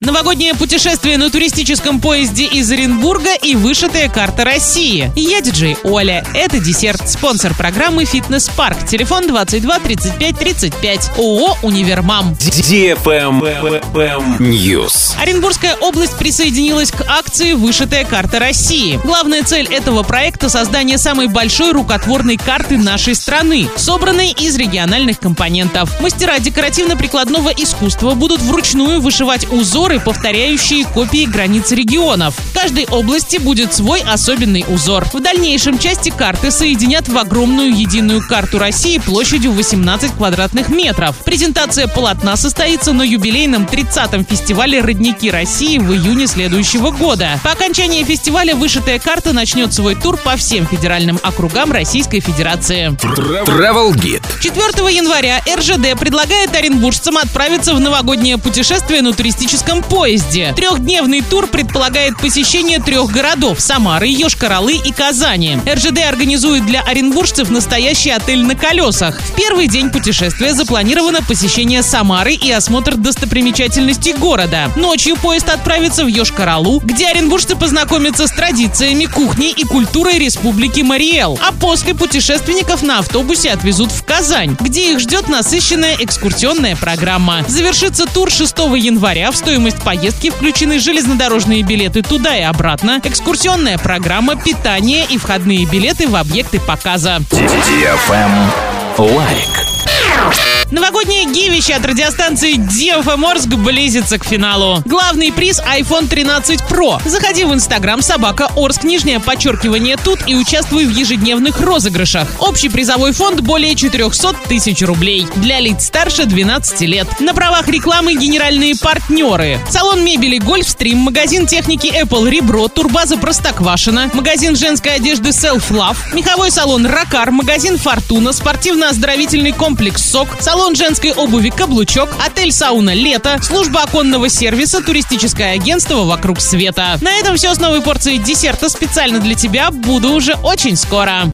Новогоднее путешествие на туристическом поезде из Оренбурга и вышитая карта России. Я диджей Оля. Это десерт. Спонсор программы «Фитнес-парк». Телефон 22 35 35. ООО «Универмам». News. Оренбургская область присоединилась к акции «Вышитая карта России». Главная цель этого проекта — создание самой большой рукотворной карты нашей страны, собранной из региональных компонентов. Мастера декоративно-прикладного искусства будут вручную вышивать узоры, повторяющие копии границ регионов. В каждой области будет свой особенный узор. В дальнейшем части карты соединят в огромную единую карту России площадью 18 квадратных метров. Презентация полотна состоится на юбилейном 30-м фестивале «Родники России» в июне следующего года. По окончании фестиваля «Вышитая карта» начнет свой тур по всем федеральным округам Российской Федерации. Travel Guide. 4 января РЖД предлагает оренбуржцам отправиться в новогоднее путешествие на туристическом поезде. Трехдневный тур предполагает посещение 3 городов – Самары, Йошкар-Олы и Казани. РЖД организует для оренбуржцев настоящий отель на колесах. В первый день путешествия запланировано посещение Самары и осмотр достопримечательностей города. Ночью поезд отправится в Йошкар-Олу, где оренбуржцы познакомятся с традициями, кухней и культурой Республики Мариэл. А после путешественников на автобусе отвезут в Казань, где их ждет насыщенная экскурсионная программа. Завершится тур 6 января. В стоимость поездки включены железнодорожные билеты туда и обратно, экскурсионная программа, питание и входные билеты в объекты показа. Лайк. Новогоднее гивище от радиостанции DFM Орск близится к финалу. Главный приз — iPhone 13 Pro. Заходи в Instagram @Орск, _ тут и участвуй в ежедневных розыгрышах. Общий призовой фонд более 400 тысяч рублей. Для лиц старше 12 лет. На правах рекламы генеральные партнеры: салон мебели Гольфстрим, магазин техники Apple Ребро, турбаза Простоквашино, магазин женской одежды Self Love, меховой салон Ракар, магазин Фортуна, спортивно-оздоровительный комплекс СОК, салон женской обуви Каблучок, отель «Сауна Лето», служба оконного сервиса, туристическое агентство «Вокруг света». На этом все с новой порцией десерта специально для тебя. Буду уже очень скоро.